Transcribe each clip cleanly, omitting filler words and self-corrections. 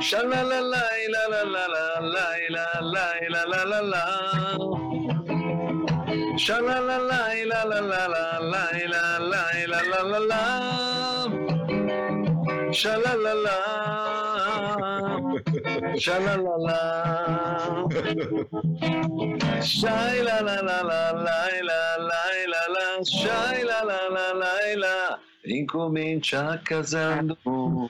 Shalalalai la la la la la la la la la la la. Shalalalai la la la la la la la la la la la. Shalalala. Shalalala. Shai la la la la la la la la la. Shai la la la la la. Incomincia casando.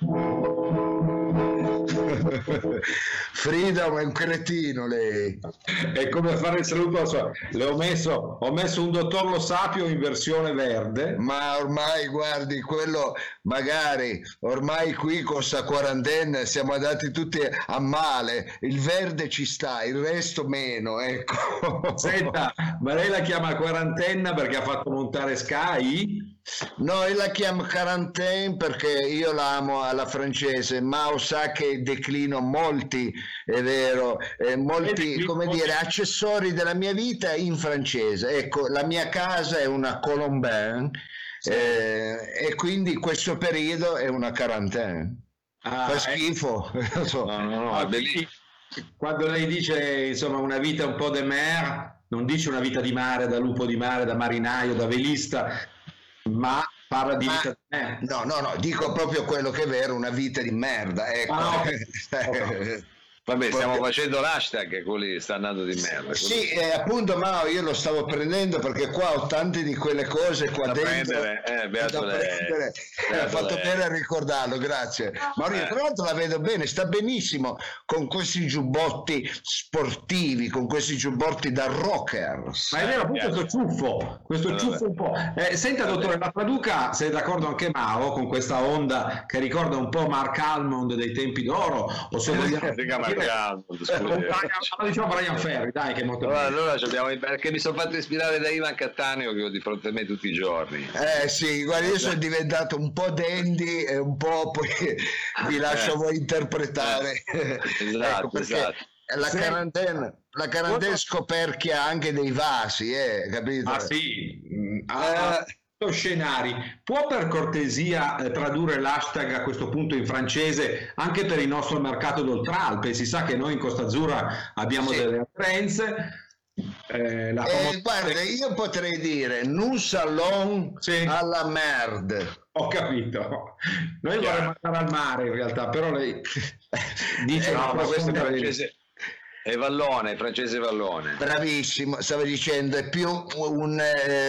Frida, ma è un cretino lei. È come fare il saluto. Ho messo un dottor Lo Sapio in versione verde. Ma ormai, guardi, quello magari, ormai qui con sta quarantena siamo andati tutti a male. Il verde ci sta, il resto meno, ecco. Senta, ma lei la chiama quarantena perché ha fatto montare Sky? No, io la chiamo quarantena perché io la amo alla francese. Mao sa che declino molti, è vero, molti, come dire, accessori della mia vita in francese. Ecco, la mia casa è una Colombin, e quindi questo periodo è una quarantena. Fa schifo. No, è bellissimo. Quando lei dice, insomma, una vita un po' de mer, non dice una vita di mare, da lupo di mare, da marinaio, da velista, ma parla di vita di me. No, dico proprio quello che è vero, una vita di merda, ecco. Okay. Vabbè, stiamo facendo l'hashtag, quelli sta andando di merda. Sì, appunto, Mao, io lo stavo prendendo perché qua ho tante di quelle cose qua da dentro beato da prendere. Ha fatto bene a ricordarlo, grazie. Maurizio, tra l'altro la vedo bene, sta benissimo con questi giubbotti sportivi, con questi giubbotti da rocker. Ma è vero, appunto, questo ciuffo un po'. Senta, dottore, la traduca, se è d'accordo anche Mao, con questa onda che ricorda un po' Mark Almond dei tempi d'oro, o se vogliamo... diciamo Brian Ferry, dai, che è molto allora abbiamo, perché mi sono fatto ispirare da Ivan Cattaneo che ho di fronte a me tutti i giorni. Sì, guarda, io sono diventato un po' dandy e un po' poi vi lascio voi interpretare. Esatto, esatto. La quarantena scoperchia anche dei vasi, capito? Ah sì, scenari. Può per cortesia tradurre l'hashtag a questo punto in francese anche per il nostro mercato d'Oltralpe? Si sa che noi in Costa Azzurra abbiamo delle attenze. Guarda, io potrei dire nous allons alla merde. Ho capito. Noi vorremmo andare al mare in realtà, però lei dice no, ma questo è francese. È Vallone, francese Vallone. Bravissimo, stavo dicendo, è più un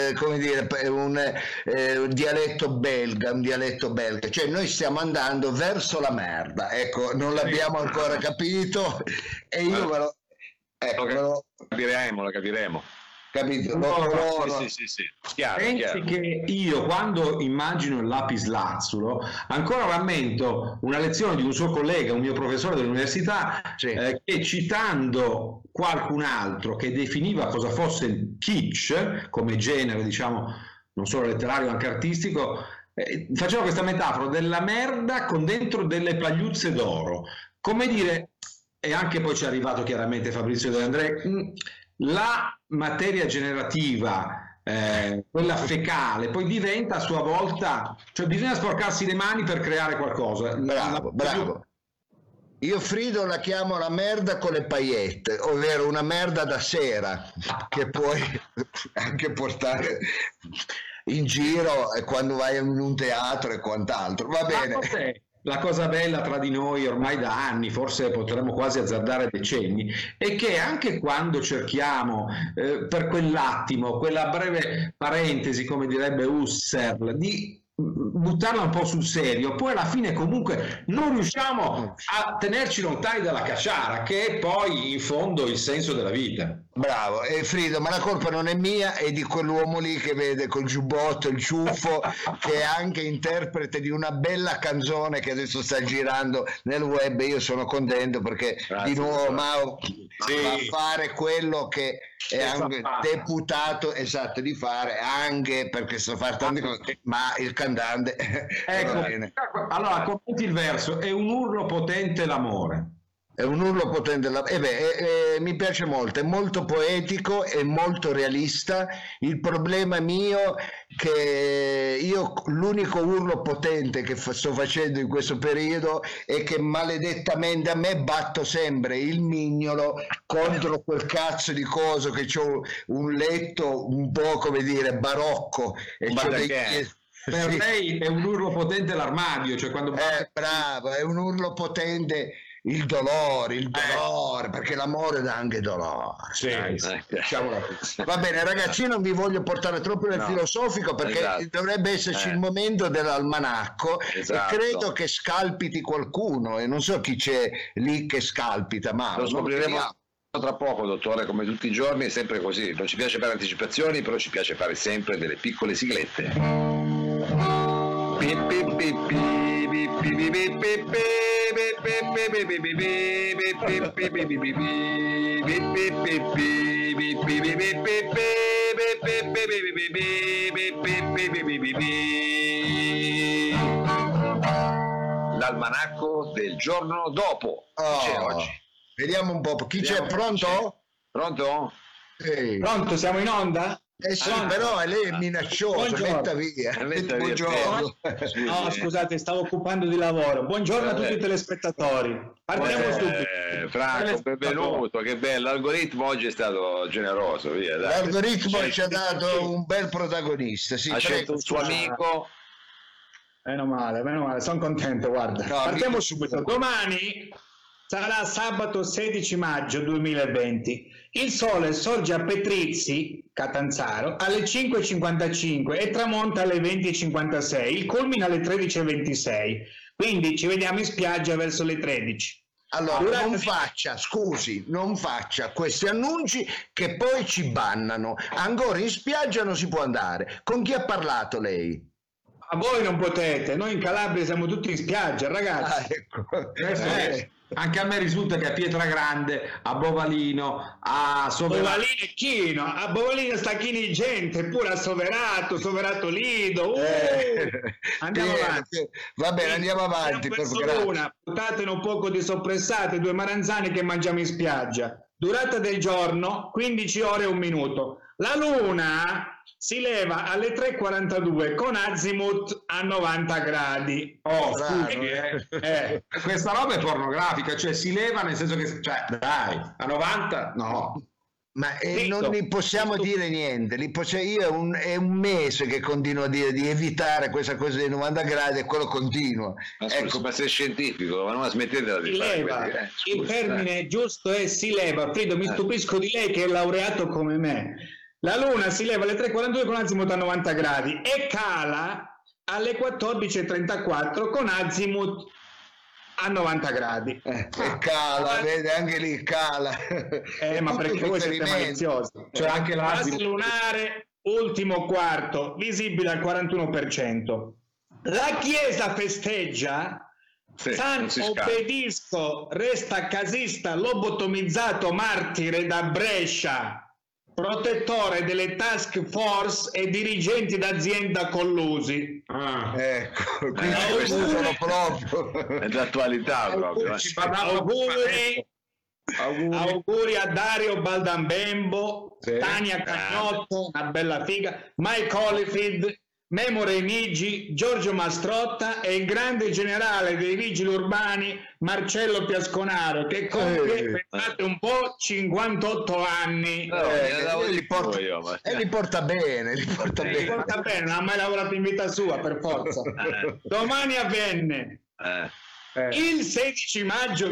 dialetto belga, cioè noi stiamo andando verso la merda, ecco, non l'abbiamo ancora capito e io ve lo... Ecco, lo capiremo. Capito? Sì. Chiaro. Che io quando immagino il lapislazzulo ancora rammento una lezione di un suo collega, un mio professore dell'università, che citando qualcun altro che definiva cosa fosse il kitsch come genere, diciamo, non solo letterario, anche artistico, faceva questa metafora della merda con dentro delle pagliuzze d'oro, come dire, e anche poi ci è arrivato chiaramente Fabrizio De André, la materia generativa, quella fecale, poi diventa a sua volta, cioè bisogna sporcarsi le mani per creare qualcosa. Bravo. Io Frido la chiamo la merda con le paillette, ovvero una merda da sera che puoi anche portare in giro quando vai in un teatro e quant'altro. Va bene. La cosa bella tra di noi ormai da anni, forse potremmo quasi azzardare decenni, è che anche quando cerchiamo per quell'attimo, quella breve parentesi, come direbbe Husserl, di buttarla un po' sul serio, poi alla fine comunque non riusciamo a tenerci lontani dalla caciara, che è poi in fondo il senso della vita. Bravo, e Frido, ma la colpa non è mia, è di quell'uomo lì che vede col giubbotto, il ciuffo, che è anche interprete di una bella canzone che adesso sta girando nel web. Io sono contento perché di nuovo Mao va a fare quello che è anche deputato di fare, anche perché sta fare tante cose, ma il cantante ecco, allora commenti il verso: è un urlo potente l'amore. È un urlo potente. Mi piace molto, è molto poetico, è molto realista. Il problema mio è che io l'unico urlo potente che sto facendo in questo periodo è che maledettamente a me batto sempre il mignolo contro quel cazzo di coso che c'ho un letto un po' come dire barocco e c'ho per lei è un urlo potente l'armadio, cioè quando bravo, è un urlo potente il dolore, perché l'amore dà anche dolore. Sì. Va bene ragazzi, io non vi voglio portare troppo nel filosofico perché dovrebbe esserci il momento dell'almanacco e credo che scalpiti qualcuno e non so chi c'è lì che scalpita, ma lo scopriremo tra poco, dottore, come tutti i giorni è sempre così, non ci piace fare anticipazioni, però ci piace fare sempre delle piccole siglette. L'almanacco del giorno dopo. C'è oggi. Vediamo un po', chi c'è? Pronto? Pronto? Pronto, siamo in onda? Sì, però lei è minaccioso, metta via. Buongiorno. No, scusate, stavo occupando di lavoro. Buongiorno a tutti i telespettatori. Partiamo subito. Franco, benvenuto, che bello. L'algoritmo oggi è stato generoso. Via, dai. L'algoritmo ci ha dato un bel protagonista. Sì, ha scelto un suo amico. Meno male, sono contento, guarda. No, partiamo subito. Domani sarà sabato 16 maggio 2020. Il sole sorge a Petrizzi, Catanzaro, alle 5:55 e tramonta alle 20:56. Il culmine alle 13:26. Quindi ci vediamo in spiaggia verso le 13. Allora, non faccia questi annunci che poi ci bannano. Ancora in spiaggia non si può andare. Con chi ha parlato lei? A voi non potete, noi in Calabria siamo tutti in spiaggia, ragazzi. Ecco. Anche a me risulta che a Pietragrande, a Bovalino, a Bovalino e Chino, a Bovalino sta Chini gente, pure a Soverato Lido. Andiamo avanti. Va bene, andiamo avanti. Buttatene un poco di soppressate, 2 maranzane che mangiamo in spiaggia. Durata del giorno 15 ore e 1 minuto. La luna si leva alle 3:42 con azimut a 90 gradi. Questa roba è pornografica, cioè si leva nel senso che, cioè, dai, a 90 no. Ma non gli possiamo dire niente, io è un mese che continuo a dire di evitare questa cosa dei 90 gradi e quello continua. Ma sei scientifico, ma non smettetela di fare il termine giusto è si leva. Frido, mi stupisco di lei che è laureato come me. La luna si leva alle 3:42 con azimut a 90 gradi e cala alle 14:34 con azimut a 90 gradi. E cala, vede, anche lì cala. Ma perché voi siete maliziosi. Cioè anche l'azimut lunare, ultimo quarto, visibile al 41%. La Chiesa festeggia. San Obbedisco resta casista lobotomizzato martire da Brescia. Protettore delle task force e dirigenti d'azienda collusi. Ecco, quindi questo sono proprio è l'attualità proprio. Auguri a Dario Baldambembo, Tania Cagnotto, una bella figa, Mike Holyfield, Memo Remigi, Giorgio Mastrotta e il grande generale dei vigili urbani Marcello Piasconaro che compie, pensate un po', 58 anni. Li porta bene, non ha mai lavorato in vita sua, per forza. Domani avvenne il 16 maggio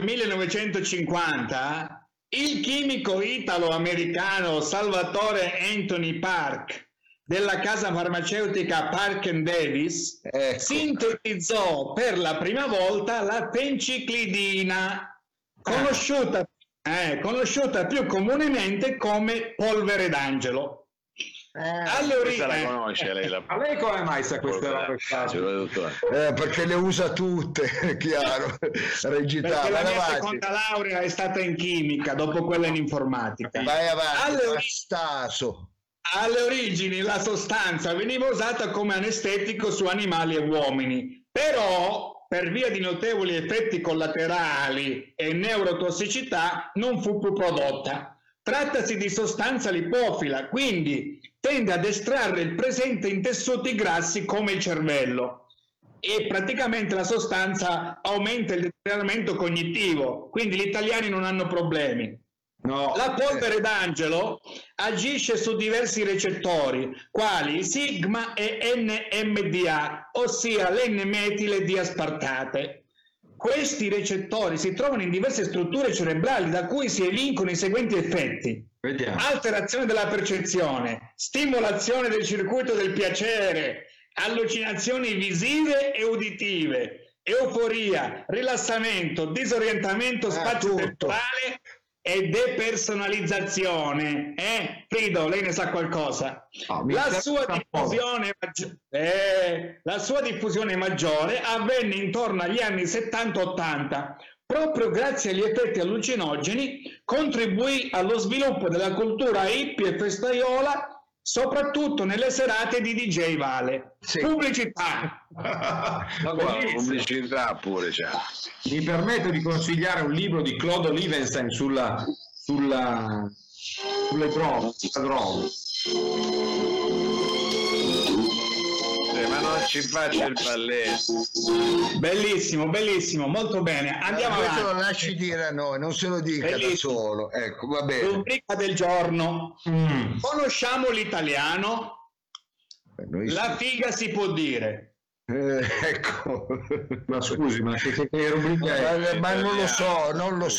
1950 il chimico italo-americano Salvatore Anthony Park della casa farmaceutica Park Davis sintetizzò per la prima volta la penciclidina, conosciuta più comunemente come polvere d'angelo. Questa la conosce lei? A lei come mai sa queste robe? Perché le usa tutte, è chiaro. Perché la mia seconda laurea è stata in chimica, dopo quella in informatica. Vai avanti, alle origini la sostanza veniva usata come anestetico su animali e uomini, però per via di notevoli effetti collaterali e neurotossicità, non fu più prodotta. Trattasi di sostanza lipofila, quindi tende ad estrarre il presente in tessuti grassi come il cervello, e praticamente la sostanza aumenta il deterioramento cognitivo, quindi gli italiani non hanno problemi. No. La polvere d'angelo agisce su diversi recettori, quali sigma e NMDA, ossia l'N-metile diaspartate. Questi recettori si trovano in diverse strutture cerebrali, da cui si evincono i seguenti effetti: alterazione della percezione, stimolazione del circuito del piacere, allucinazioni visive e uditive, euforia, rilassamento, disorientamento spazio-temporale e depersonalizzazione. Frido, lei ne sa qualcosa? La sua diffusione maggiore avvenne intorno agli anni 70-80. Proprio grazie agli effetti allucinogeni contribuì allo sviluppo della cultura hippie e festaiola, soprattutto nelle serate di DJ Vale. Sì. Pubblicità. Pubblicità pure c'è. Mi permetto di consigliare un libro di Claude Olivenstein sulle droghe. Ma non ci faccia il balletto. Bellissimo, bellissimo, molto bene. Andiamo avanti. Questo lo lasci dire a noi, non se lo dica bellissimo. Da solo. Ecco, va bene. Rubrica del giorno. Conosciamo l'italiano? La figa si può dire. Ecco, ma scusi, ma che rubrica è? Ma non lo so,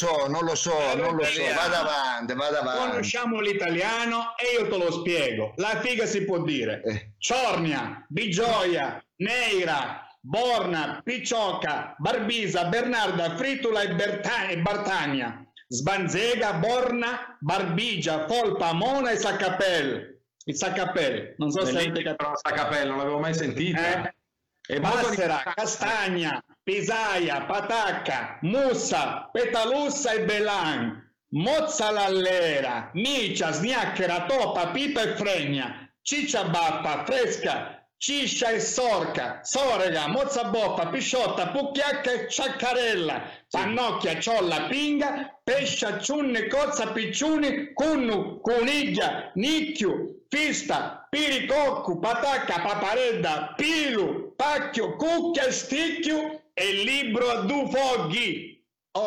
vada avanti. Conosciamo l'italiano e io te lo spiego. La figa si può dire ciornia, bigioia, neira, borna, picciocca, barbisa, bernarda, fritula e bartagna, sbanzega, borna, barbigia, folpa, mona e saccapel. Il saccapel, non so se avete capito. Saccapel, non l'avevo mai sentito. Passera, castagna, pisaia, patacca, mussa, petalussa e belan, mozzalallera, micia, sgnacchera, topa, pipa e fregna, ciccia baffa, fresca, ciscia e sorca, sorega, mozzaboffa, pisciotta, pucchiacca e ciaccarella, pannocchia, ciolla, pinga, pescia, ciunne, cozza, picciuni, cunnu, cuniglia, nicchiu, fista, piricoccu, patacca, paparedda, pilu, pacchio, cucchia e sticchio e libro a due fogli.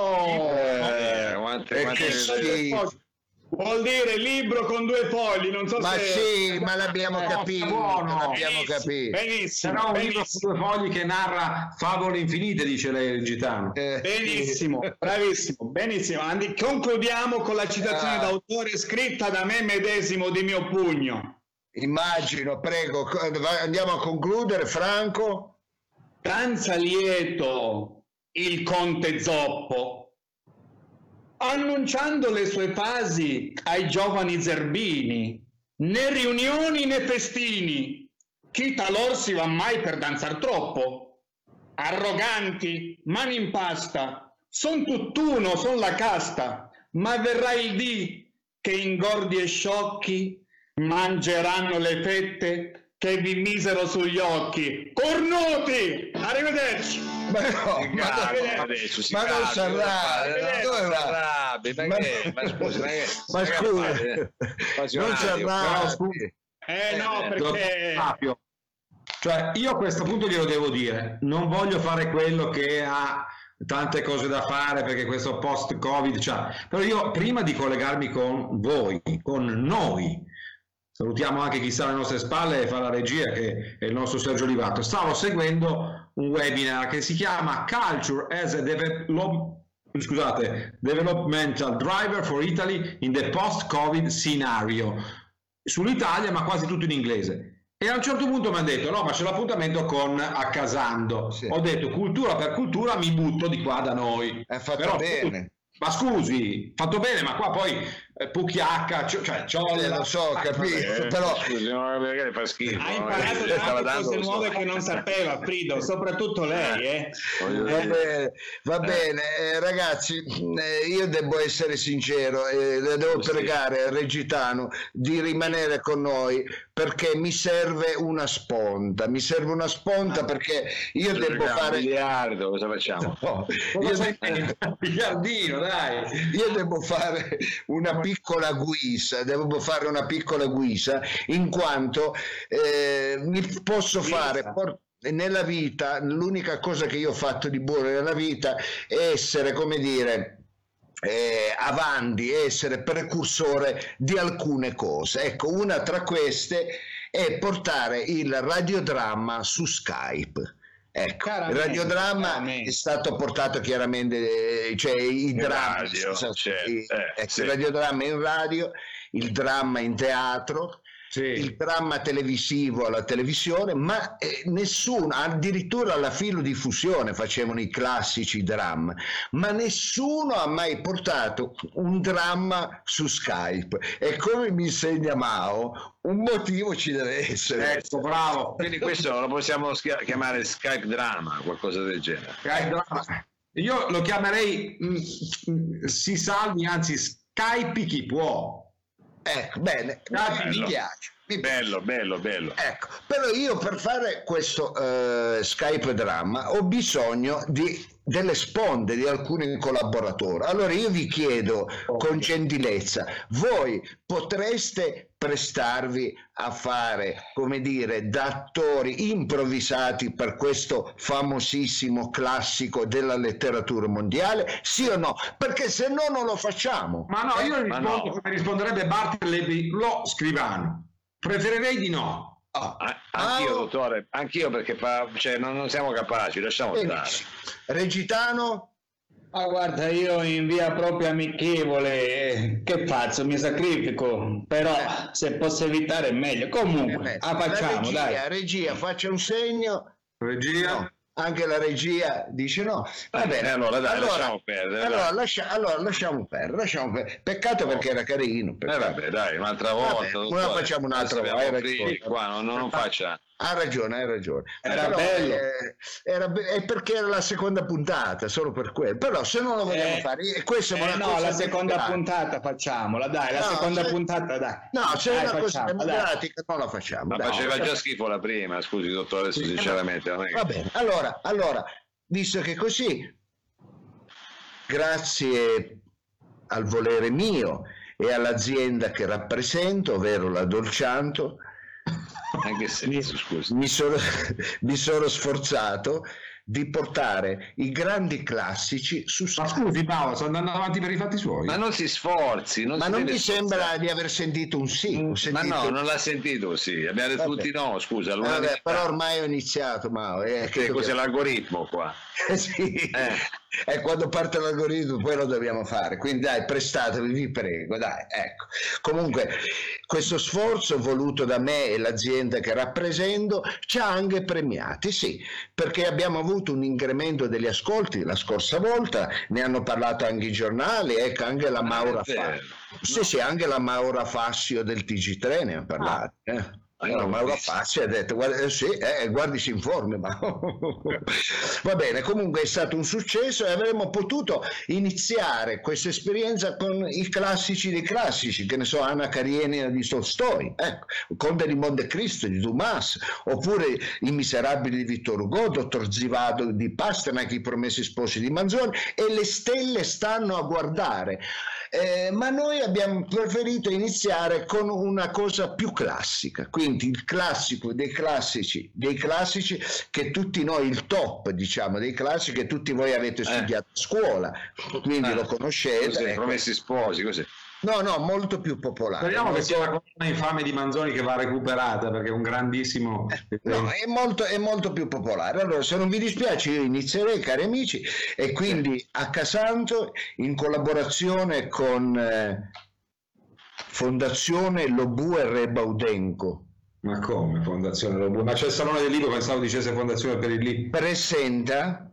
Vuol dire libro con due fogli, non so ma se... sì, ma l'abbiamo capito, benissimo. Però un libro con due fogli che narra favole infinite, dice lei il gitano. Benissimo, bravissimo, benissimo. Concludiamo con la citazione d'autore scritta da me medesimo di mio pugno. Immagino, prego, andiamo a concludere, Franco. Danza lieto il conte Zoppo, annunciando le sue fasi ai giovani zerbini, né riunioni né festini, chi talor si va mai per danzar troppo. Arroganti, mani in pasta, son tutt'uno, son la casta, ma verrà il dì che ingordi e sciocchi mangeranno le fette che vi misero sugli occhi. Cornuti! Arrivederci! Ma no, ma non si arrabbi, ma scusi, non si arrabbi. No, perché... Cioè, io a questo punto glielo devo dire, non voglio fare quello che ha tante cose da fare perché questo post-Covid, però io prima di collegarmi con voi, con noi, salutiamo anche chi sta alle nostre spalle e fa la regia, che è il nostro Sergio Livato, stavo seguendo un webinar che si chiama Culture as a Developmental Driver for Italy in the Post-Covid Scenario, sull'Italia ma quasi tutto in inglese. E a un certo punto mi hanno detto no, ma c'è l'appuntamento con Accasando. Sì. Ho detto cultura per cultura mi butto di qua da noi. È fatto bene. Ma scusi, fatto bene, ma qua poi Pucchiacca, cioè lo so, capito, però scusi, magari fa schifo. Ha imparato tante cose nuove che non sapeva, Frido, soprattutto lei, Va bene, ragazzi, io devo essere sincero, le devo pregare Regitano di rimanere con noi perché mi serve una sponda, perché io devo fare... Miliardo, cosa facciamo? No, miliardino, dai. Io devo fare una piccola guisa, in quanto mi posso fare... Nella vita, l'unica cosa che io ho fatto di buono nella vita è essere, come dire, avanti, essere precursore di alcune cose. Ecco, una tra queste è portare il radiodramma su Skype. Ecco, il radiodramma è stato portato chiaramente, cioè i drammi, il radiodramma in radio, il dramma in teatro, il dramma televisivo alla televisione, ma nessuno, addirittura alla filodiffusione facevano i classici dramma, ma nessuno ha mai portato un dramma su Skype. E come mi insegna Mao, un motivo ci deve essere. Ecco, bravo. Quindi questo lo possiamo chiamare Skype drama, qualcosa del genere. Skype drama. Io lo chiamerei si salvi, anzi Skype chi può. Ecco, bene, mi piace. Bello. Ecco, però io per fare questo Skype dramma ho bisogno delle sponde di alcuni collaboratori. Allora io vi chiedo con gentilezza, voi potreste prestarvi a fare, come dire, da attori improvvisati per questo famosissimo classico della letteratura mondiale? Sì o no? Perché se no non lo facciamo. Ma no, io rispondo come risponderebbe Bartleby, lo Scrivano. Preferirei di no. Anch'io, dottore, anch'io, perché non siamo capaci, lasciamo stare. Recitano? Ma guarda, io in via proprio amichevole, che faccio? Mi sacrifico, però se posso evitare è meglio. Comunque, facciamo, regia, faccia un segno. Regia? No. Anche la regia dice no. Va bene, allora lasciamo perdere. Allora lasciamo perdere. Peccato perché era carino. Vabbè, dai, un'altra volta. Ora facciamo un'altra volta. Qua non faccia. Ha ragione. Era bello. È perché era la seconda puntata, solo per quello. Però se non lo vogliamo fare, questo è una cosa la seconda puntata facciamola, dai, puntata, dai. No, se è una cosa democratica non la facciamo. Ma faceva già schifo la prima, scusi, dottore, adesso sinceramente. Va bene, allora, visto che così, grazie al volere mio e all'azienda che rappresento, ovvero la Dolcianto, anche se scusi, mi sono sforzato di portare i grandi classici su Skype. Ma scusi Paolo, sto andando avanti per i fatti suoi. Ma non si sforzi. Ma non mi sembra di aver sentito un sì. Ma no, non l'ha sentito sì. Abbiamo detto tutti no, scusa. Però ormai ho iniziato, Mao. Cos'è l'algoritmo qua? Sì. E quando parte l'algoritmo poi lo dobbiamo fare, quindi dai, prestatevi, vi prego, dai, ecco. Comunque questo sforzo voluto da me e l'azienda che rappresento ci ha anche premiati, sì, perché abbiamo avuto un incremento degli ascolti la scorsa volta, ne hanno parlato anche i giornali, ecco, anche la Maura Fassio. Sì, anche la Maura Fassio del TG3 ne ha parlato. Mauro Fassi ha detto guardi, si informi. Ma va bene, comunque è stato un successo e avremmo potuto iniziare questa esperienza con i classici dei classici, che ne so, Anna Karenina di Tolstoi, Conte di Montecristo di Dumas, oppure I Miserabili di Vittor Hugo, Dottor Zivado di Pasternak, I Promessi Sposi di Manzoni, e le stelle stanno a guardare. Ma noi abbiamo preferito iniziare con una cosa più classica, quindi il classico dei classici che tutti noi, il top diciamo dei classici che tutti voi avete studiato a scuola, quindi lo conoscete. Promessi Sposi, così. No, molto più popolare. Speriamo che sia una colonna infame di Manzoni che va recuperata, perché è un grandissimo... No, è molto più popolare. Allora, se non vi dispiace, io inizierei, cari amici, e quindi a Casanto, in collaborazione con Fondazione Lobue e Re Baudenco. Ma come Fondazione Lobue? Ma c'è il Salone del Libro, pensavo dicesse Fondazione per il Libro. Presenta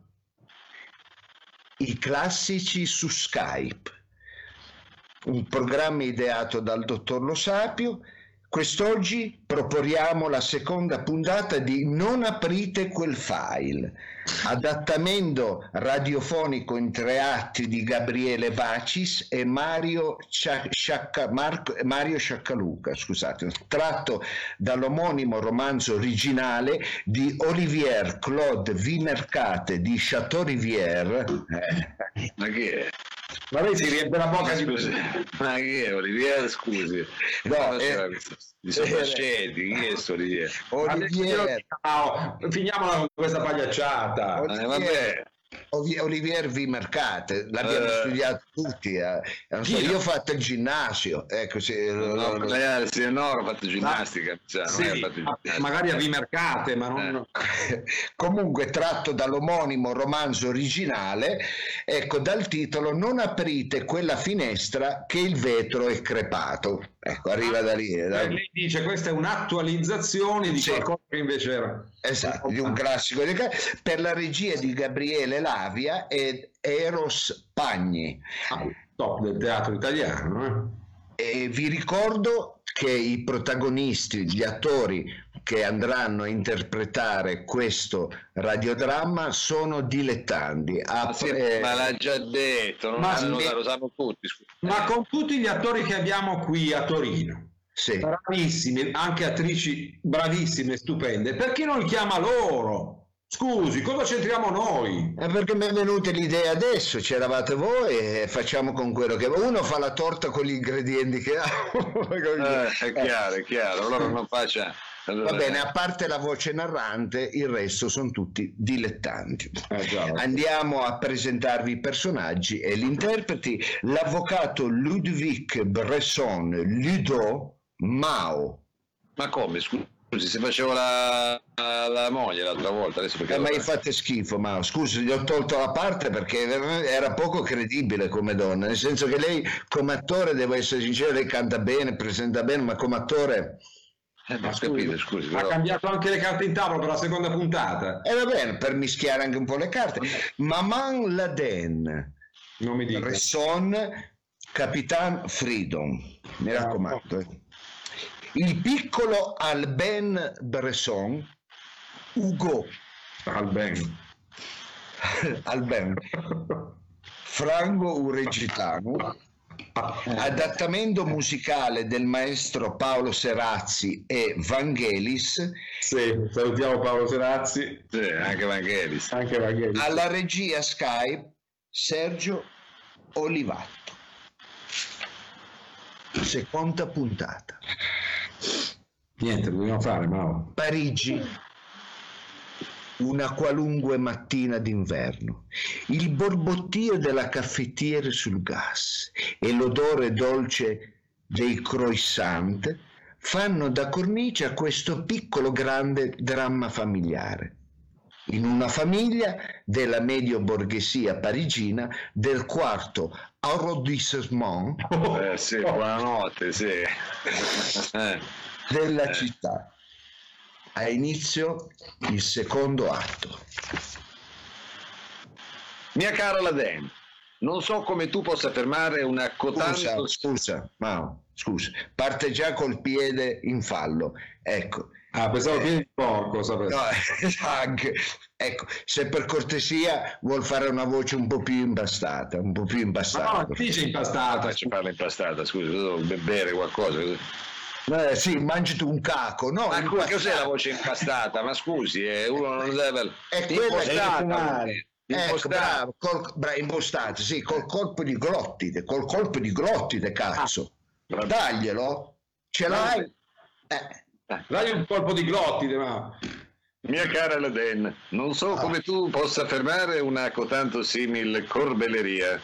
i classici su Skype. Un programma ideato dal dottor Lo Sapio Quest'oggi proponiamo la seconda puntata di Non aprite quel file, adattamento radiofonico in 3 atti di Gabriele Bacis e Mario Sciaccaluca, scusate, tratto dall'omonimo romanzo originale di Olivier Claude Vimercate di Chateaubriand. Ma che è? Ma lei si riempie la bocca di Scusi, ma che è Olivier? Scusi, No, di Soprasceti, chi è sto Olivier? Olivier. Finiamola con questa pagliacciata. Vabbè. Olivier Vimercate, l'abbiamo studiato tutti. Non so, io ho fatto il ginnasio, ecco, No, ho fatto ginnastica, magari a Vimercate, ma non... Comunque tratto dall'omonimo romanzo originale, ecco, dal titolo Non aprite quella finestra che il vetro è crepato. Ecco, arriva da lì. Lei dice questa è un'attualizzazione di qualcosa che invece era. Esatto, di un classico per la regia di Gabriele Lavia ed Eros Pagni. Top del teatro italiano. E vi ricordo che i protagonisti, gli attori che andranno a interpretare questo radiodramma sono dilettanti. Ma l'ha già detto, lo sanno tutti. Ma con tutti gli attori che abbiamo qui a Torino, sì, bravissimi, anche attrici bravissime, stupende, perché non chiama loro? Scusi, cosa c'entriamo noi? Perché mi è venuta l'idea adesso, c'eravate voi e facciamo con quello che uno fa la torta con gli ingredienti che ha. È chiaro, allora non faccia. Va bene, a parte la voce narrante, il resto sono tutti dilettanti. Andiamo a presentarvi i personaggi e gli interpreti. L'avvocato Ludwig Bresson, Ludo Mao. Ma come, scusi, se facevo la moglie l'altra volta, adesso perché ma hai fatto schifo, Mao. Scusi, gli ho tolto la parte perché era poco credibile come donna, nel senso che lei come attore, devo essere sincero, lei canta bene, presenta bene, ma come attore... Ma scusi, ha cambiato anche le carte in tavola per la seconda puntata. Va bene, per mischiare anche un po' le carte. Maman Laden, non mi dica. Bresson, Capitan Freedom, mi raccomando. Il piccolo Alben Bresson, Ugo Alben Frango Uregitano, adattamento musicale del maestro Paolo Serazzi e Vangelis. Sì, salutiamo Paolo Serazzi. Sì, anche Vangelis. Alla regia Skype Sergio Olivatto. Seconda puntata. Niente, lo dobbiamo fare, Mauro. Parigi, una qualunque mattina d'inverno, il borbottio della caffettiera sul gas e l'odore dolce dei croissant fanno da cornice a questo piccolo grande dramma familiare. In una famiglia della medio borghesia parigina del quarto arrondissement sì, buonanotte, sì. della città. Ha inizio il secondo atto. Mia cara Laden, non so come tu possa fermare una cotanto... Scusa, parte già col piede in fallo, ecco. Pensavo piede di porco, sapete. No, anche, ecco, se per cortesia vuol fare una voce un po' più impastata, Ma no, dice impastata. Faccio farla impastata, scusa, devo bere qualcosa. Sì, mangi tu un caco, no? Ma cos'è la voce impastata? Ma scusi, uno non deve... È quella impostata. Ecco, bravo, impostata, sì, col colpo di glottide, cazzo. Daglielo, ce l'hai? Dai un colpo di glottide, ma... Mia cara Laden, non so come tu possa fermare una cotanto simile corbelleria.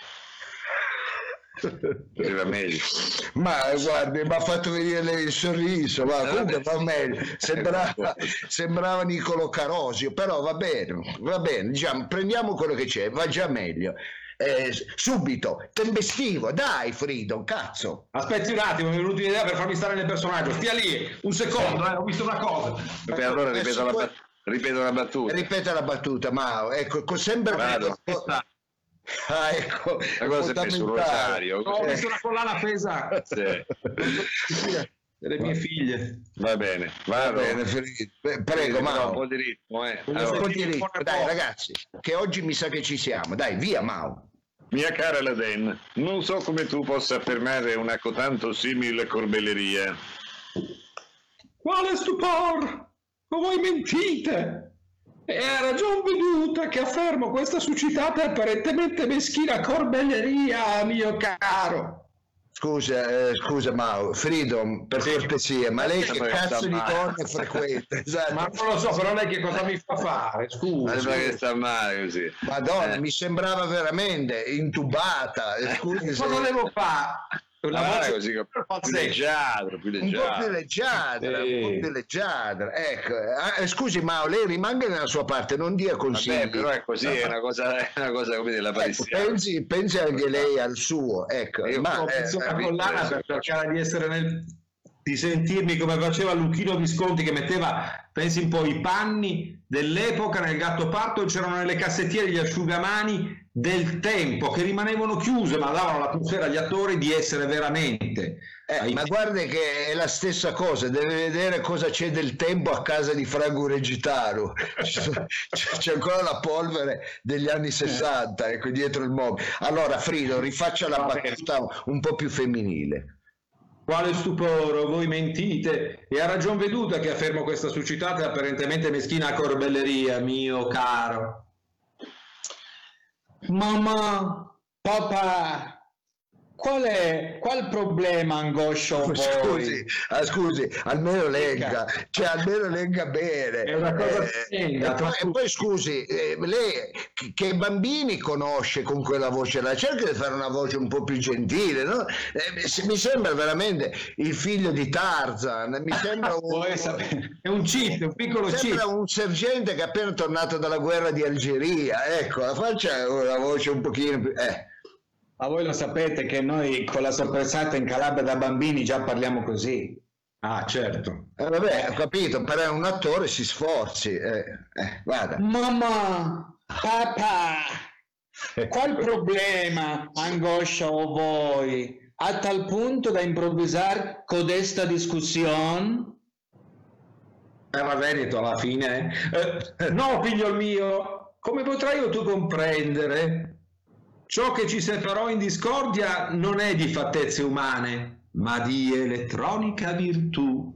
Va meglio. Ma guardi, mi ha fatto venire il sorriso, ma comunque va meglio. Sembrava Niccolò Carosio, però va bene, diciamo, prendiamo quello che c'è, va già meglio. Subito, tempestivo, dai Freedom, cazzo. Aspetti un attimo, mi è venuta un'idea per farmi stare nel personaggio. Stia lì, un secondo, ho visto una cosa. Allora ripeto la battuta. Ripeta la battuta, ma ecco, sembra ecco, la cosa è sul rosario. Ho visto una collana appesa. Sì. delle mie figlie. Va bene, prego, Mao. Un po' di ritmo, Un po' di ritmo. Dai ragazzi, che oggi mi sa che ci siamo. Dai, via Mao. Mia cara Laden, non so come tu possa affermare una cotanto simile corbelleria. Quale stupor! Ma voi mentite! E ha ragion veduta che affermo questa suscitata e apparentemente meschina corbelleria, mio caro. Scusa Mao, Freedom, per cortesia, ma lei che cazzo di donne frequenta? Esatto. Ma non lo so, però lei che cosa mi fa fare? Scusa. Ma che sta male così? Madonna, mi sembrava veramente intubata. Scusi, cosa devo fare? Una voce così più leggiadra, un po' più leggiadra. Ecco. Scusi Mao, lei rimanga nella sua parte, non dia consigli. Vabbè, però è così, è una cosa come dire, la palestina. Pensi anche lei al suo, ecco. Io ho messo una collana per cercare di essere di sentirmi come faceva Luchino Visconti, che metteva, pensi un po', i panni dell'epoca nel Gattopardo, c'erano nelle cassettiere gli asciugamani del tempo che rimanevano chiuse, ma davano l'atmosfera agli attori di essere veramente ma guarda che è la stessa cosa, deve vedere cosa c'è del tempo a casa di Franco Regitaro. C'è ancora la polvere degli anni 60, ecco, dietro il mobile. Allora Frido, rifaccia la battuta un po' più femminile. Quale stupore, voi mentite, e ha ragion veduta che affermo questa suscitata e apparentemente meschina corbelleria, mio caro. Mamma, papà, qual problema angoscia voi? Scusi, almeno legga, cioè almeno legga bene. È una cosa e poi scusi, lei che bambini conosce con quella voce là? Cerca di fare una voce un po' più gentile, no? Mi sembra veramente il figlio di Tarzan, mi sembra è un cheat, un piccolo cheat. Sembra un sergente che è appena tornato dalla guerra di Algeria, ecco, faccia una voce un pochino più... Ma voi lo sapete che noi con la sorpressata in Calabria da bambini già parliamo così. Ah, certo. Vabbè, ho capito, però un attore si sforzi. Vada. Mamma, papà, qual problema angoscia voi a tal punto da improvvisare codesta discussione? Era Veneto alla fine. No, figlio mio, come potrai tu comprendere? Ciò che ci separò in discordia non è di fattezze umane, ma di elettronica virtù.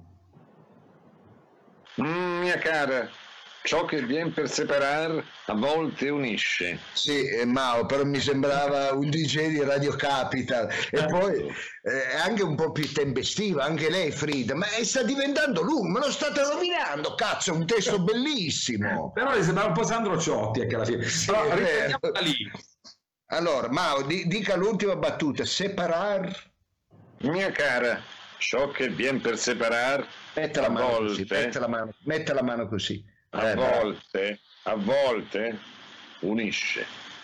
Mia cara, ciò che viene per separare a volte unisce. Sì, Mao, però mi sembrava un DJ di Radio Capital. E poi è anche un po' più tempestiva, anche lei Frida, ma sta diventando lungo, me lo state rovinando, cazzo, è un testo bellissimo. Però le sembrava un po' Sandro Ciotti anche alla fine. Sì, però riprendiamo da lì. Allora, Mao, dica l'ultima battuta, separar. Mia cara, ciò che viene per separare metta la mano così. A volte unisce.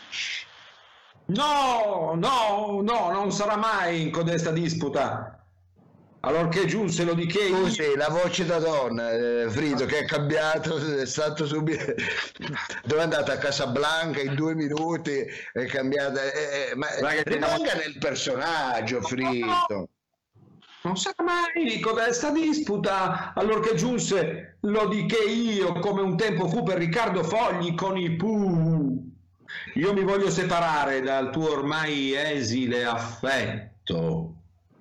No, non sarà mai in codesta disputa. Allorché giunse lo di che scusi, la voce da donna, Frido, che è cambiato, è stato subito dove è andata a Casablanca in 2 minuti, è cambiata, ma rimanga nel personaggio, Frido. Non sarà mai codesta disputa, allorché giunse lo di che io, come un tempo fu per Riccardo Fogli con i Pooh. Io mi voglio separare dal tuo ormai esile affetto.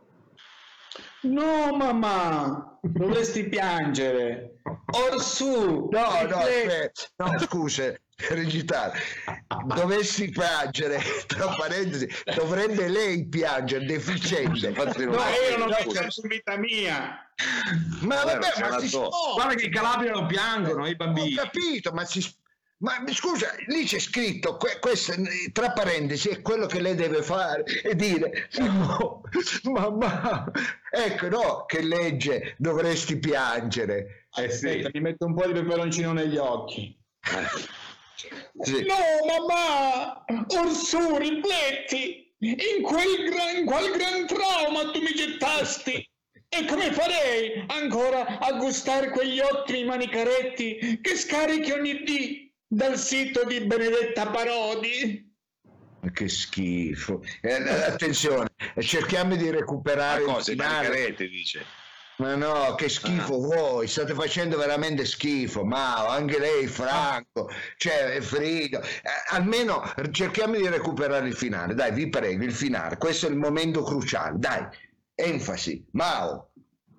No, mamma, dovresti piangere. Orsù, no, scusa, Regitare, dovessi piangere, tra parentesi, dovrebbe lei piangere, deficiente. No, io non ho perso vita mia. Ma vabbè, guarda che in Calabria non piangono i bambini. Ho capito, ma scusa, lì c'è scritto, questo tra parentesi è quello che lei deve fare e dire no, mamma, ecco, no, che legge, dovresti piangere. Sì. Mi metto un po' di peperoncino negli occhi. Sì. No, mamma, orsù, rifletti, in qual gran trauma tu mi gettasti. E come farei ancora a gustare quegli ottimi manicaretti che scarichi ogni dì dal sito di Benedetta Parodi? Che schifo. Attenzione, cerchiamo di recuperare cose, manicarete, dice. Ma no, che schifo voi, state facendo veramente schifo, Mao, anche lei, Franco, cioè Frido, almeno cerchiamo di recuperare il finale, dai, vi prego, il finale, questo è il momento cruciale, dai, enfasi, Mao.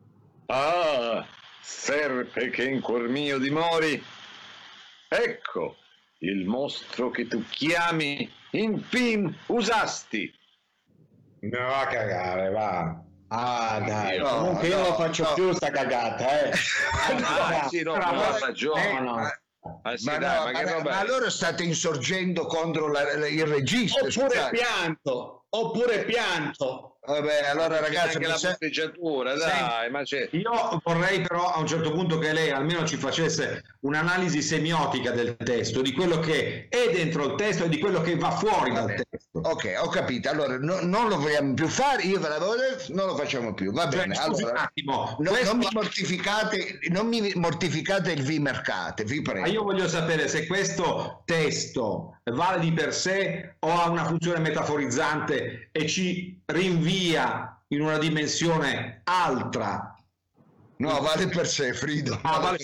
Ah, serpe che in cuor mio dimori, ecco il mostro che tu chiami infin usasti. No, a cagare, va. Ah, dai, No, comunque io non lo faccio più sta cagata, Sì, no, ha ragione. Ma allora state insorgendo contro il regista. Oppure pianto. Vabbè, allora ragazzi, anche la posteggiatura, dai, ma c'è. Io vorrei però a un certo punto che lei almeno ci facesse un'analisi semiotica del testo, di quello che è dentro il testo e di quello che va fuori dal testo. Ok, ho capito. Allora non lo vogliamo più fare, io ve l'avevo detto, non lo facciamo più. Va bene. Scusi allora, un attimo, non mi mortificate il vi mercate, vi prego. Ma io voglio sapere se questo testo vale di per sé o ha una funzione metaforizzante e ci rinvia in una dimensione altra. No, vale per sé, Frido. Vale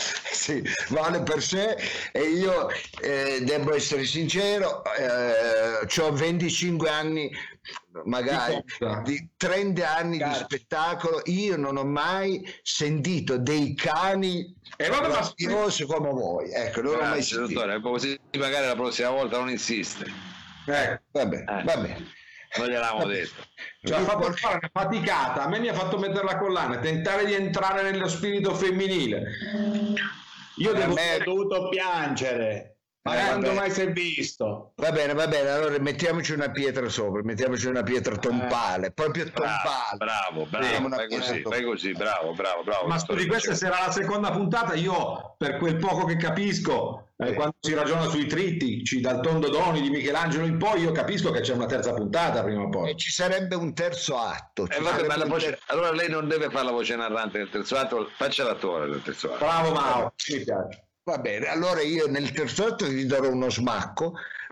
per sé e io devo essere sincero, ho 25 anni, magari di 30 anni di spettacolo, io non ho mai sentito dei cani rabbiosi come voi. Ecco, non ho mai sentito. Dottore, così magari la prossima volta non insiste. Vabbè. Non gliel'avevamo detto. Ci ha fatto fare una faticata, a me mi ha fatto mettere la collana, tentare di entrare nello spirito femminile. Io ho dovuto piangere. Ma quando mai si è visto? Va bene, allora mettiamoci una pietra sopra, mettiamoci una pietra tombale, proprio tombale. Bravo, fai così, bravo. Ma scusi, questa sarà la seconda puntata, io per quel poco che capisco, quando si ragiona sui trittici, dal Tondodoni di Michelangelo in poi, io capisco che c'è una terza puntata prima o poi. E ci sarebbe un terzo atto. Allora lei non deve fare la voce narrante del terzo atto, faccia l'attore del terzo atto. Bravo Mao, mi piace. Va bene, allora io nel terzo atto vi darò uno smacco,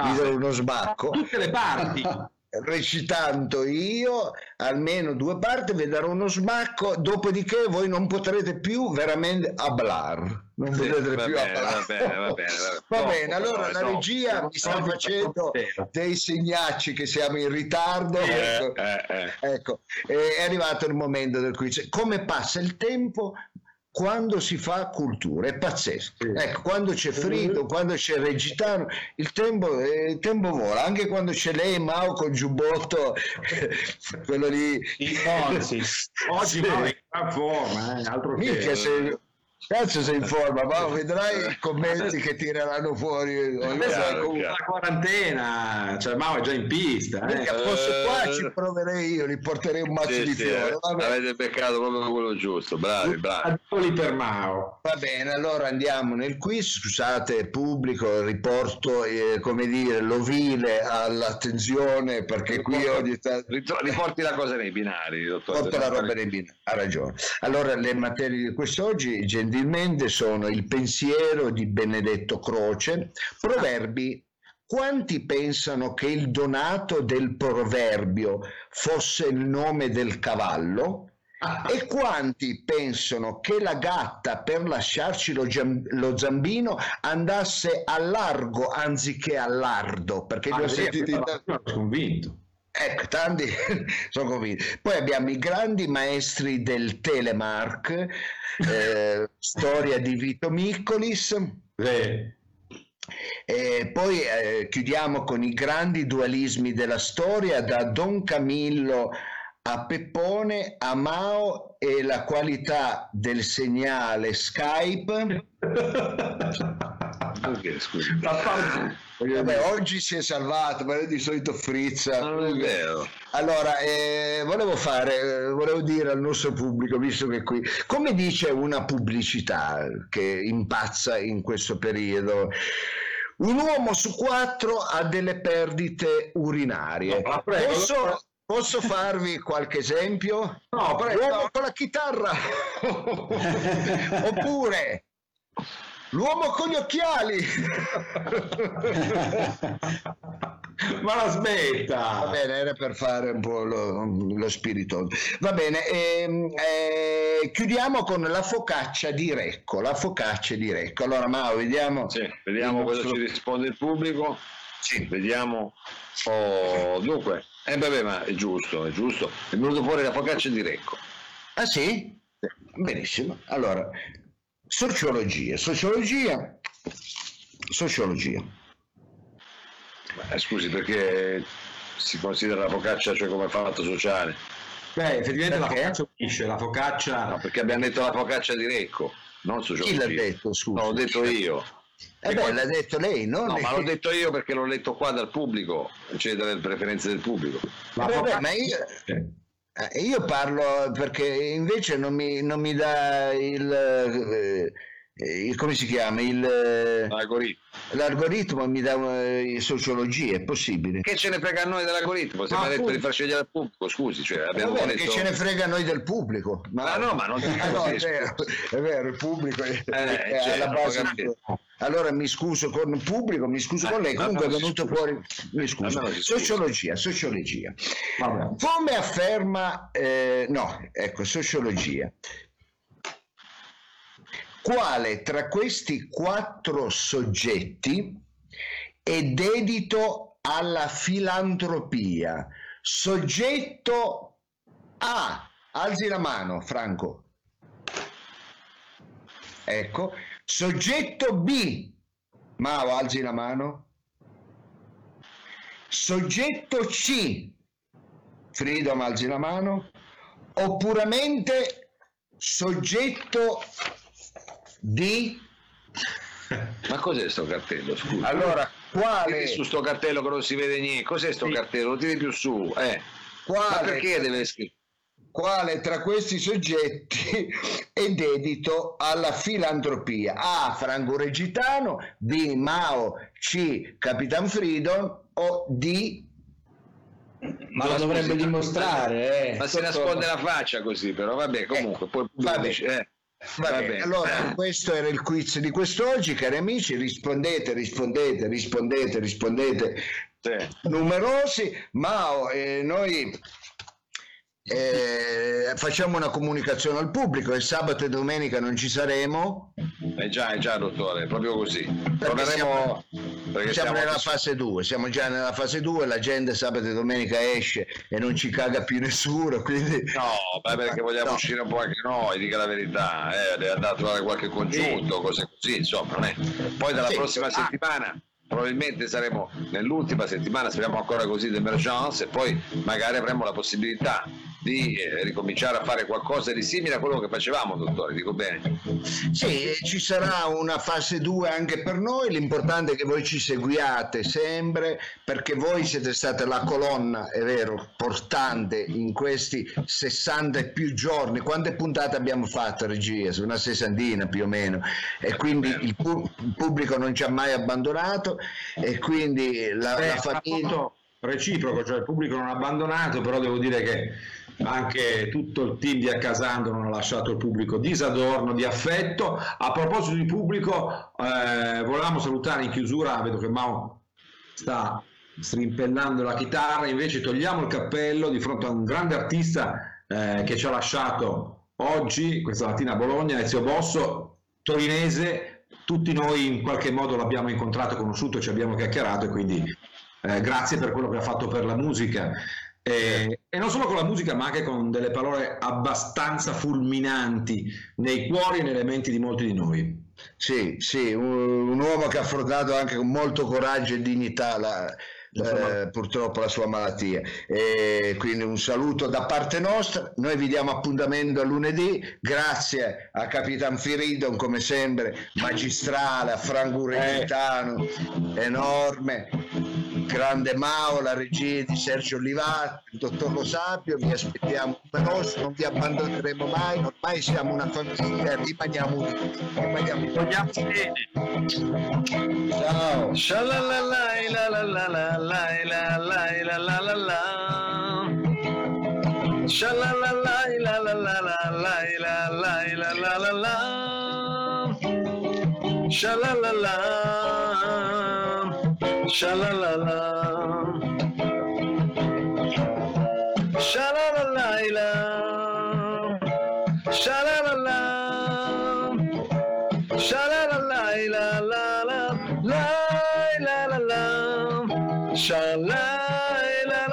tutte le parti. Recitando io almeno 2 parti, vi darò uno smacco, dopodiché voi non potrete più veramente hablar. Non potrete più hablar. Va bene, allora la regia mi sta facendo dei segnacci che siamo in ritardo. Ecco, è arrivato il momento del quiz. Come passa il tempo quando si fa cultura, è pazzesco. Ecco, quando c'è Frido, quando c'è Regitano, il tempo vola, anche quando c'è lei, Mao col giubbotto, quello lì. Oggi Mao è in gran forma, altro che... Cazzo sei in forma, ma vedrai i commenti che tireranno fuori. La quarantena, cioè Mao è già in pista. Fosse qua ci proverei io, li porterei un mazzo di fiori. Avete beccato proprio quello giusto, bravi. Per Mao. Va bene, allora andiamo nel quiz. Scusate pubblico, riporto come dire l'ovile all'attenzione perché qui oggi riporti la cosa nei binari, dottore. Porto la roba nei binari, ha ragione. Allora le materie di quest'oggi gentilmente sono il pensiero di Benedetto Croce, proverbi. Quanti pensano che il donato del proverbio fosse il nome del cavallo? E quanti pensano che la gatta per lasciarci lo zambino andasse a largo anziché a lardo? Perché li ho sentiti convinto. Ecco, tanti sono convinti. Poi abbiamo i grandi maestri del telemark, storia di Vito Miccolis. E poi chiudiamo con i grandi dualismi della storia, da Don Camillo a Peppone, a Mao e la qualità del segnale Skype. Vabbè, oggi si è salvato, ma di solito frizza. Non è vero. Allora, volevo dire al nostro pubblico, visto che qui, come dice una pubblicità che impazza in questo periodo, un uomo su 4 ha delle perdite urinarie. No, prego, Posso farvi qualche esempio? No, prego. L'uomo con la chitarra. Oppure l'uomo con gli occhiali. Ma la smetta! Va bene, era per fare un po' lo spirito. Va bene, chiudiamo con la focaccia di Recco. La focaccia di Recco. Allora, Mao, vediamo. Sì, vediamo cosa ci risponde il pubblico. Sì, vediamo. Oh, dunque, vabbè, ma è giusto. È venuto fuori la focaccia di Recco. Ah sì? Benissimo. Allora, sociologia. Scusi, perché si considera la focaccia, cioè, come fatto sociale? Beh, effettivamente Perché? la focaccia unisce, la focaccia... No, perché abbiamo detto la focaccia di Recco, non sociologia. Chi l'ha detto? Scusa. No, l'ho detto io. L'ha detto lei, no? No, ma l'ho detto io perché l'ho letto qua dal pubblico, cioè dalle preferenze del pubblico. Vabbè, ma io parlo perché invece non mi dà come si chiama? L'algoritmo mi dà sociologia, è possibile? Che ce ne frega a noi dell'algoritmo? Se mi ha detto di far scegliere al pubblico, scusi, cioè abbiamo detto... Che ce ne frega a noi del pubblico? Ma no, ma non è così. È vero, il pubblico è alla certo, base. Allora mi scuso con il pubblico, mi scuso con lei, comunque è venuto fuori, mi scuso. Sociologia. Vabbè. Come afferma, sociologia. Quale tra questi 4 soggetti è dedito alla filantropia? Soggetto A, alzi la mano, Franco. Ecco. Soggetto B, Mao, alzi la mano. Soggetto C, Freedom, alzi la mano. O puramente soggetto D. Ma cos'è sto cartello, scusa? Allora, quale su sto cartello che non si vede niente? Cos'è sto cartello? Lo tiri più su, Ma perché deve scrivere? Quale tra questi soggetti è dedito alla filantropia? A, Franco Regitano, B, Mao, C, Capitan Freedom o D? Ma lo dovrebbe dimostrare, Ma si nasconde la faccia così, però vabbè, comunque poi dice, Va bene. Allora, questo era il quiz di quest'oggi, cari amici. Rispondete. Sì. Numerosi. Mao, noi facciamo una comunicazione al pubblico. Il sabato e domenica non ci saremo. Già, dottore, proprio così. Perché siamo nella fase 2, siamo già nella fase 2, la gente sabato e domenica esce e non ci caga più nessuno, quindi... No, perché vogliamo uscire un po' anche noi, dica la verità, deve andare a trovare qualche congiunto, cose così, insomma, non è... Poi dalla prossima settimana... Probabilmente saremo nell'ultima settimana, speriamo ancora così, d'emergenza, e poi magari avremo la possibilità di ricominciare a fare qualcosa di simile a quello che facevamo, dottore, dico bene? Sì, ci sarà una fase 2 anche per noi, l'importante è che voi ci seguiate sempre, perché voi siete stata la colonna, è vero, portante in questi 60 e più giorni. Quante puntate abbiamo fatto, regia? Una 60 più o meno, e quindi il pubblico non ci ha mai abbandonato, e quindi la famiglia... Reciproco, cioè il pubblico non ha abbandonato, però devo dire che anche tutto il team di Accasando non ha lasciato il pubblico disadorno, di affetto. A proposito di pubblico, volevamo salutare in chiusura, vedo che Mao sta strimpellando la chitarra, invece togliamo il cappello di fronte a un grande artista che ci ha lasciato oggi, questa mattina a Bologna, Ezio Bosso, torinese. Tutti noi in qualche modo l'abbiamo incontrato, conosciuto, ci abbiamo chiacchierato, e quindi grazie per quello che ha fatto per la musica, e non solo con la musica, ma anche con delle parole abbastanza fulminanti nei cuori e nelle menti di molti di noi. Sì, un uomo che ha affrontato anche con molto coraggio e dignità purtroppo la sua malattia, e quindi un saluto da parte nostra. Noi vi diamo appuntamento a lunedì, grazie a Capitan Freedom come sempre, magistrale, a Franco Regitano enorme, grande Mao, la regia di Sergio Olivati, il dottor Lo Sapio. Vi aspettiamo numerosi, non vi abbandoneremo mai, ormai siamo una famiglia, rimaniamo uniti, vogliamo bene. Ciao. Shalalalai la la la la la la la la la la. Shalalalai la la la la la la la la la. Shalalala. Shalalala, shalalalaila, shalalala, shalalalaila, la la la la la, shalalala.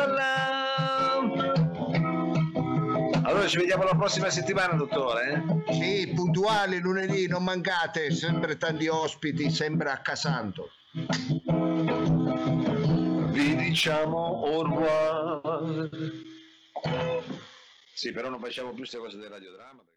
Allora ci vediamo la prossima settimana, dottore. Sì, puntuali lunedì, non mancate, sempre tanti ospiti, sempre Accasanto. Vi diciamo au revoir. Sì, però non facciamo più queste cose del radiodramma.